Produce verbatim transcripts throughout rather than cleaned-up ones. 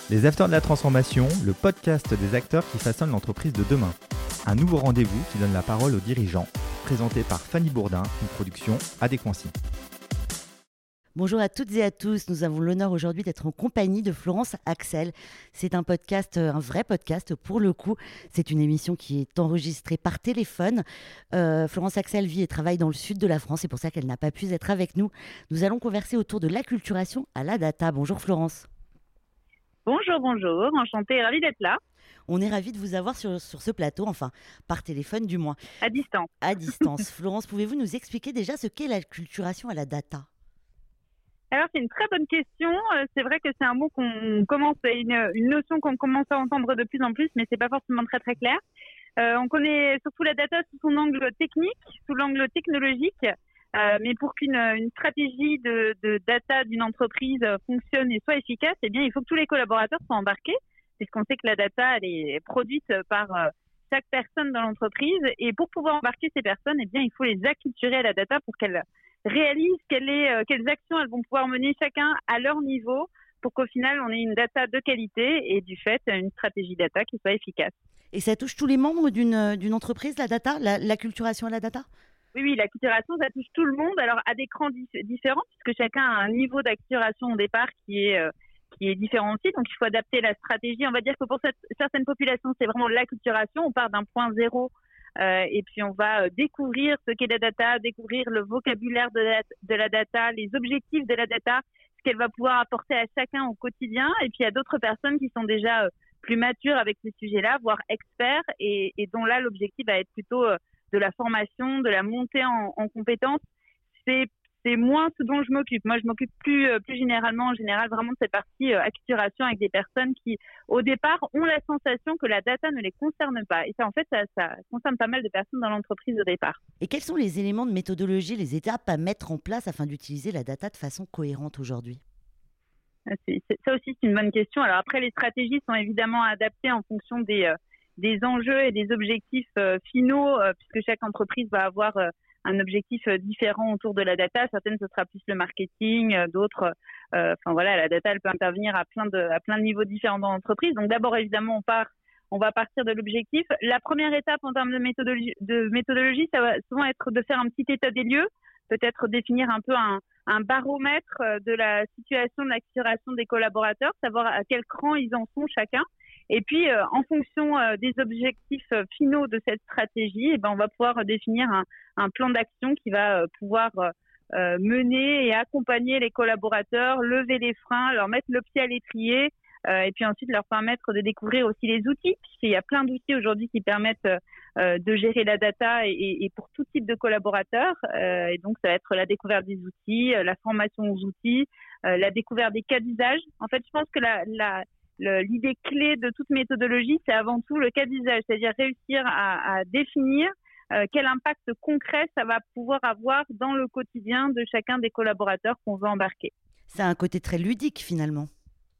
Les Acteurs de la Transformation, le podcast des acteurs qui façonnent l'entreprise de demain. Un nouveau rendez-vous qui donne la parole aux dirigeants, présenté par Fanny Bourdin, une production Adéquancy. Bonjour à toutes et à tous, nous avons l'honneur aujourd'hui d'être en compagnie de Florence Axel. C'est un podcast, un vrai podcast pour le coup. C'est une émission qui est enregistrée par téléphone. Euh, Florence Axel vit et travaille dans le sud de la France, c'est pour ça qu'elle n'a pas pu être avec nous. Nous allons converser autour de l'acculturation à la data. Bonjour Florence. Bonjour, bonjour, enchantée, ravie d'être là. On est ravis de vous avoir sur, sur ce plateau, enfin par téléphone du moins. À distance. À distance. Florence, pouvez-vous nous expliquer déjà ce qu'est l'acculturation à la data ? Alors, c'est une très bonne question. C'est vrai que c'est un mot qu'on commence, une, une notion qu'on commence à entendre de plus en plus, mais c'est pas forcément très très clair. Euh, on connaît surtout la data sous son angle technique, sous l'angle technologique, euh, mais pour qu'une une stratégie de, de data d'une entreprise fonctionne et soit efficace, eh bien, il faut que tous les collaborateurs soient embarqués, puisqu'on sait que la data elle est produite par euh, chaque personne dans l'entreprise, et pour pouvoir embarquer ces personnes, eh bien, il faut les acculturer à la data pour qu'elles réalisent quelle est, euh, quelles actions elles vont pouvoir mener chacun à leur niveau pour qu'au final, on ait une data de qualité et du fait, une stratégie data qui soit efficace. Et ça touche tous les membres d'une, d'une entreprise, la data, la, l'acculturation à la data ? Oui, oui, l'acculturation, ça touche tout le monde. Alors, à des crans dif- différents, puisque chacun a un niveau d'acculturation au départ qui est, euh, qui est différent aussi. Donc, il faut adapter la stratégie. On va dire que pour cette, certaines populations, c'est vraiment l'acculturation. On part d'un point zéro euh, et puis on va euh, découvrir ce qu'est la data, découvrir le vocabulaire de la, de la data, les objectifs de la data, ce qu'elle va pouvoir apporter à chacun au quotidien. Et puis, il y a d'autres personnes qui sont déjà euh, plus matures avec ces sujets-là, voire experts, et, et dont là, l'objectif va être plutôt euh, de la formation, de la montée en, en compétences. C'est, c'est moins ce dont je m'occupe. Moi, je m'occupe plus, euh, plus généralement, en général, vraiment de cette partie euh, acculturation avec des personnes qui, au départ, ont la sensation que la data ne les concerne pas. Et ça, en fait, ça, ça concerne pas mal de personnes dans l'entreprise au départ. Et quels sont les éléments de méthodologie, les étapes à mettre en place afin d'utiliser la data de façon cohérente aujourd'hui ? C'est, c'est, ça aussi, c'est une bonne question. Alors après, les stratégies sont évidemment adaptées en fonction des, euh, des enjeux et des objectifs euh, finaux, euh, puisque chaque entreprise va avoir euh, un objectif euh, différent autour de la data. Certaines, ce sera plus le marketing, euh, d'autres, euh, enfin voilà, la data, elle peut intervenir à plein de, à plein de niveaux différents dans l'entreprise. Donc d'abord, évidemment, on part, on va partir de l'objectif. La première étape en termes de méthodologie, de méthodologie, ça va souvent être de faire un petit état des lieux, peut-être définir un peu un un baromètre de la situation de l'acculturation des collaborateurs, savoir à quel cran ils en sont chacun. Et puis, euh, en fonction euh, des objectifs euh, finaux de cette stratégie, eh ben, on va pouvoir définir un, un plan d'action qui va euh, pouvoir euh, mener et accompagner les collaborateurs, lever les freins, leur mettre le pied à l'étrier, euh, et puis ensuite leur permettre de découvrir aussi les outils, puisqu'il y a plein d'outils aujourd'hui qui permettent euh, de gérer la data et, et, et pour tout type de collaborateurs. Euh, et donc, ça va être la découverte des outils, la formation aux outils, euh, la découverte des cas d'usage. En fait, je pense que la, la, le, l'idée clé de toute méthodologie, c'est avant tout le cas d'usage, c'est-à-dire réussir à, à définir euh, quel impact concret ça va pouvoir avoir dans le quotidien de chacun des collaborateurs qu'on veut embarquer. Ça a un côté très ludique finalement.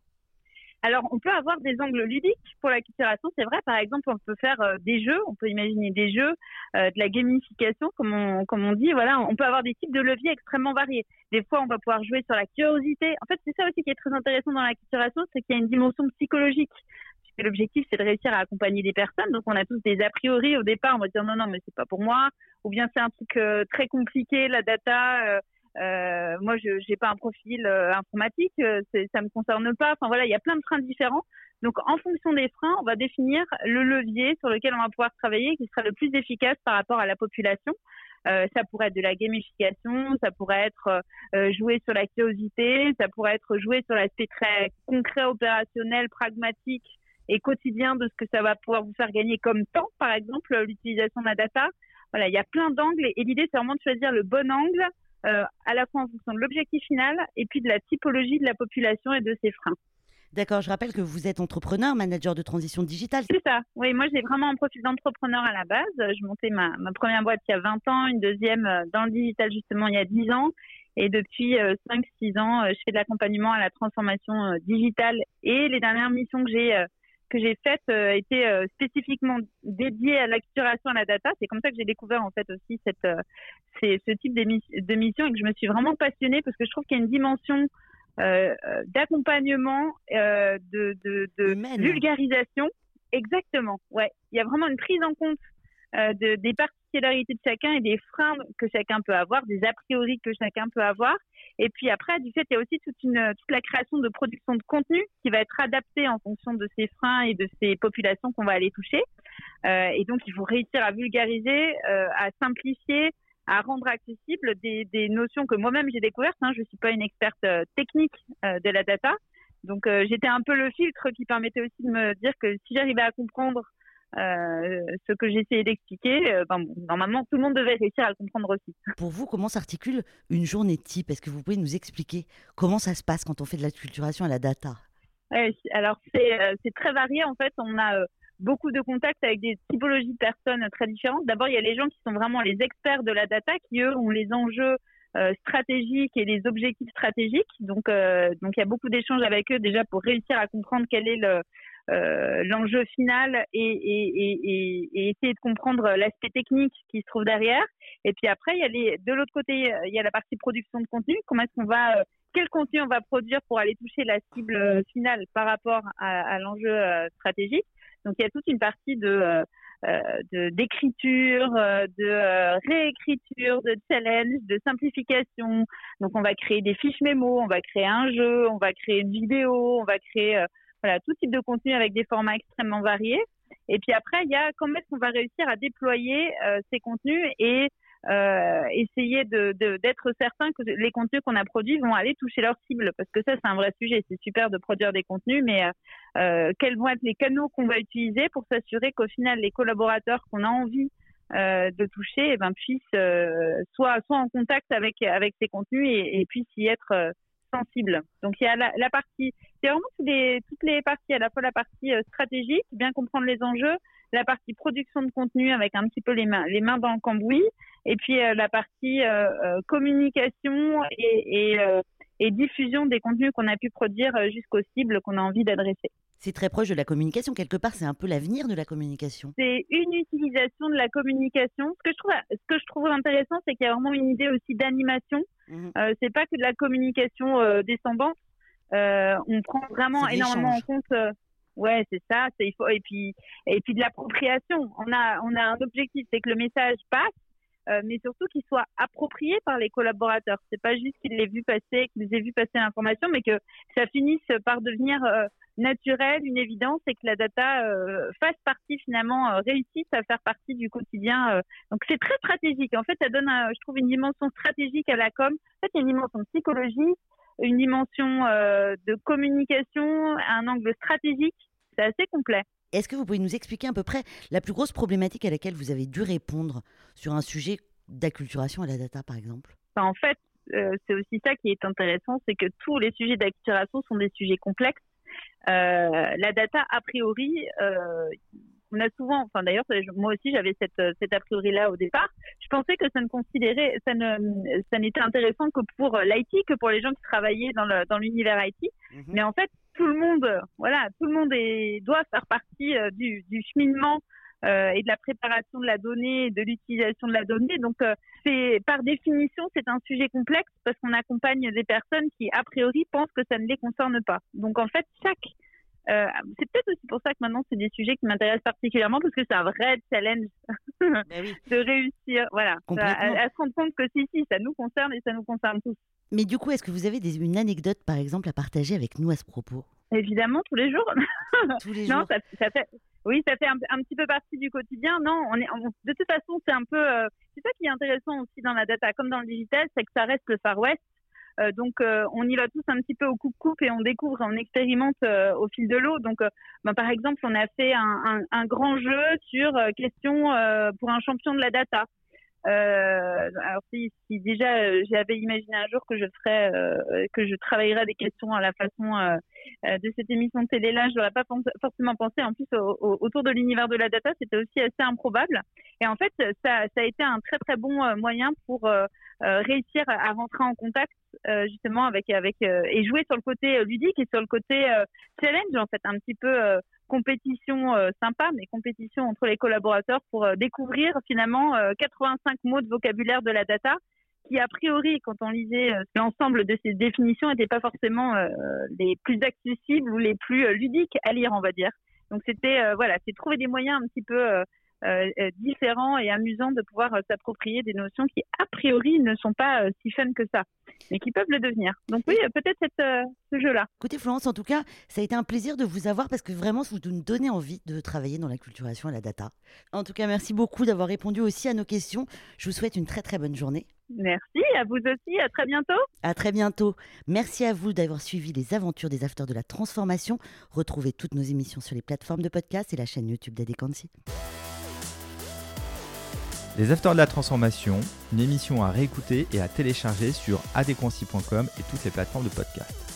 Alors, on peut avoir des angles ludiques pour l'acculturation, c'est vrai. Par exemple, on peut faire euh, des jeux, on peut imaginer des jeux, euh, de la gamification, comme on, comme on dit. Voilà, on peut avoir des types de leviers extrêmement variés. Des fois, on va pouvoir jouer sur la curiosité. En fait, c'est ça aussi qui est très intéressant dans l'acculturation, c'est qu'il y a une dimension psychologique. Puisque l'objectif, c'est de réussir à accompagner des personnes. Donc, on a tous des a priori au départ. On va dire non, non, mais c'est pas pour moi. Ou bien c'est un truc euh, très compliqué, la data. Euh, Euh, moi, je n'ai pas un profil euh, informatique, euh, c'est, ça me concerne pas. Enfin voilà, il y a plein de freins différents. Donc, en fonction des freins, on va définir le levier sur lequel on va pouvoir travailler, qui sera le plus efficace par rapport à la population. Euh, ça pourrait être de la gamification, ça pourrait être euh, jouer sur la curiosité, ça pourrait être jouer sur l'aspect très concret, opérationnel, pragmatique et quotidien de ce que ça va pouvoir vous faire gagner comme temps, par exemple, l'utilisation de la data. Voilà, il y a plein d'angles et, et l'idée, c'est vraiment de choisir le bon angle. Euh, à la fois en fonction de l'objectif final et puis de la typologie de la population et de ses freins. D'accord, je rappelle que vous êtes entrepreneur, manager de transition digitale. C'est ça, oui, moi j'ai vraiment un profil d'entrepreneur à la base. Je montais ma, ma première boîte il y a vingt ans, une deuxième dans le digital justement il y a dix ans. Et depuis euh, cinq six ans, euh, je fais de l'accompagnement à la transformation euh, digitale. Et les dernières missions que j'ai... Euh, que j'ai faites euh, étaient euh, spécifiquement dédiées à l'acculturation à la data. C'est comme ça que j'ai découvert en fait aussi cette, euh, c'est, ce type de mission et que je me suis vraiment passionnée parce que je trouve qu'il y a une dimension euh, d'accompagnement, euh, de, de, de vulgarisation. Exactement, ouais. Il y a vraiment une prise en compte euh, de, des particularités de chacun et des freins que chacun peut avoir, des a priori que chacun peut avoir. Et puis après, du fait, il y a aussi toute, une, toute la création de production de contenu qui va être adaptée en fonction de ces freins et de ces populations qu'on va aller toucher. Euh, et donc, il faut réussir à vulgariser, euh, à simplifier, à rendre accessible des, des notions que moi-même j'ai découvertes. Hein. Je ne suis pas une experte euh, technique euh, de la data. Donc, euh, j'étais un peu le filtre qui permettait aussi de me dire que si j'arrivais à comprendre euh, ce que j'essayais d'expliquer, euh, ben, bon, normalement, tout le monde devait réussir à le comprendre aussi. Pour vous, comment s'articule une journée type ? Est-ce que vous pouvez nous expliquer comment ça se passe quand on fait de l'acculturation à la data ? Ouais, alors, c'est, euh, c'est très varié. En fait, on a... Euh, beaucoup de contacts avec des typologies de personnes très différentes. D'abord, il y a les gens qui sont vraiment les experts de la data, qui, eux, ont les enjeux euh, stratégiques et les objectifs stratégiques. Donc, euh, donc, il y a beaucoup d'échanges avec eux déjà pour réussir à comprendre quel est le, euh, l'enjeu final et, et, et, et, et essayer de comprendre l'aspect technique qui se trouve derrière. Et puis après, il y a les, de l'autre côté, il y a la partie production de contenu. Comment est-ce qu'on va... Euh, quel contenu on va produire pour aller toucher la cible finale par rapport à, à l'enjeu euh, stratégique. Donc, il y a toute une partie de, euh, de, d'écriture, euh, de euh, réécriture, de challenge, de simplification. Donc, on va créer des fiches mémo, on va créer un jeu, on va créer une vidéo, on va créer euh, voilà, tout type de contenu avec des formats extrêmement variés. Et puis après, il y a comment est-ce qu'on va réussir à déployer euh, ces contenus et euh, essayer de, de, d'être certain que les contenus qu'on a produits vont aller toucher leur cible. Parce que ça, c'est un vrai sujet. C'est super de produire des contenus, mais euh, quels vont être les canaux qu'on va utiliser pour s'assurer qu'au final, les collaborateurs qu'on a envie euh, de toucher eh ben, puissent euh, soit, soit en contact avec, avec ces contenus et, et puissent y être euh, sensibles. Donc, il y a la, la partie... C'est vraiment toutes les, toutes les parties, à la fois la partie euh, stratégique, bien comprendre les enjeux, la partie production de contenu avec un petit peu les mains, les mains dans le cambouis, et puis euh, la partie euh, euh, communication et, et, euh, et diffusion des contenus qu'on a pu produire euh, jusqu'aux cibles qu'on a envie d'adresser. C'est très proche de la communication. Quelque part, c'est un peu l'avenir de la communication. C'est une utilisation de la communication. Ce que je trouve, ce que je trouve intéressant, c'est qu'il y a vraiment une idée aussi d'animation. Mmh. Euh, c'est pas que de la communication euh, descendante. Euh, on prend vraiment énormément en compte... Euh, Ouais, c'est ça. C'est, il faut, et puis, et puis de l'appropriation. On a, on a un objectif, c'est que le message passe, euh, mais surtout qu'il soit approprié par les collaborateurs. C'est pas juste qu'ils l'aient vu passer, qu'ils aient vu passer l'information, mais que ça finisse par devenir euh, naturel, une évidence, et que la data euh, fasse partie finalement, euh, réussisse à faire partie du quotidien. Euh. Donc c'est très stratégique. En fait, ça donne, un, je trouve, une dimension stratégique à la com. En fait, il y a une dimension de psychologie, une dimension euh, de communication, un angle stratégique. C'est assez complet. Est-ce que vous pouvez nous expliquer à peu près la plus grosse problématique à laquelle vous avez dû répondre sur un sujet d'acculturation à la data, par exemple ? En fait, euh, c'est aussi ça qui est intéressant, c'est que tous les sujets d'acculturation sont des sujets complexes. Euh, la data, a priori, euh, on a souvent, enfin d'ailleurs, moi aussi j'avais cette, cette a priori-là au départ. Je pensais que ça ne considérait, ça ne, ça n'était intéressant que pour l'I T, que pour les gens qui travaillaient dans, le, dans l'univers I T. Mm-hmm. Mais en fait, tout le monde, voilà, tout le monde est, doit faire partie euh, du, du cheminement euh, et de la préparation de la donnée, de l'utilisation de la donnée. Donc, euh, c'est par définition, c'est un sujet complexe parce qu'on accompagne des personnes qui, a priori, pensent que ça ne les concerne pas. Donc, en fait, chaque Euh, c'est peut-être aussi pour ça que maintenant, c'est des sujets qui m'intéressent particulièrement parce que c'est un vrai challenge oui. de réussir, voilà, à, à se rendre compte que si, si, ça nous concerne et ça nous concerne tous. Mais du coup, est-ce que vous avez des, une anecdote, par exemple, à partager avec nous à ce propos ? Évidemment, tous les jours. Tous les non, jours. Ça, ça fait, oui, ça fait un, un petit peu partie du quotidien. Non, on est, on, de toute façon, c'est un peu... Euh, c'est ça qui est intéressant aussi dans la data, comme dans le digital, c'est que ça reste le Far West. Euh, donc, euh, on y va tous un petit peu au coupe-coupe et on découvre, on expérimente euh, au fil de l'eau. Donc, euh, ben, par exemple, on a fait un, un, un grand jeu sur euh, question euh, pour un champion de la data. Euh, alors, si, si déjà euh, j'avais imaginé un jour que je ferais, euh, que je travaillerais des questions à la façon euh, de cette émission de télé-là, je n'aurais pas pense, forcément pensé. En plus, au, au, autour de l'univers de la data, c'était aussi assez improbable. Et en fait, ça, ça a été un très très bon moyen pour euh, euh, réussir à rentrer en contact euh, justement avec avec euh, et jouer sur le côté ludique et sur le côté euh, challenge, en fait, un petit peu euh, compétition euh, sympa, mais compétition entre les collaborateurs pour euh, découvrir finalement euh, quatre-vingt-cinq mots de vocabulaire de la data qui a priori, quand on lisait euh, l'ensemble de ces définitions, n'étaient pas forcément euh, les plus accessibles ou les plus euh, ludiques à lire, on va dire. Donc c'était euh, voilà, c'est trouver des moyens un petit peu euh, euh, différents et amusants de pouvoir euh, s'approprier des notions qui a priori ne sont pas euh, si fun que ça, mais qui peuvent le devenir. Donc oui, euh, peut-être cette, euh, ce jeu-là. Écoutez Florence, en tout cas, ça a été un plaisir de vous avoir parce que vraiment, vous nous donnez envie de travailler dans l'acculturation et la data. En tout cas, merci beaucoup d'avoir répondu aussi à nos questions. Je vous souhaite une très très bonne journée. Merci, à vous aussi, à très bientôt. À très bientôt. Merci à vous d'avoir suivi les aventures des Afters de la transformation. Retrouvez toutes nos émissions sur les plateformes de podcast et la chaîne YouTube d'Adequancy. Les Afters de la transformation, une émission à réécouter et à télécharger sur adequancy point com et toutes les plateformes de podcast.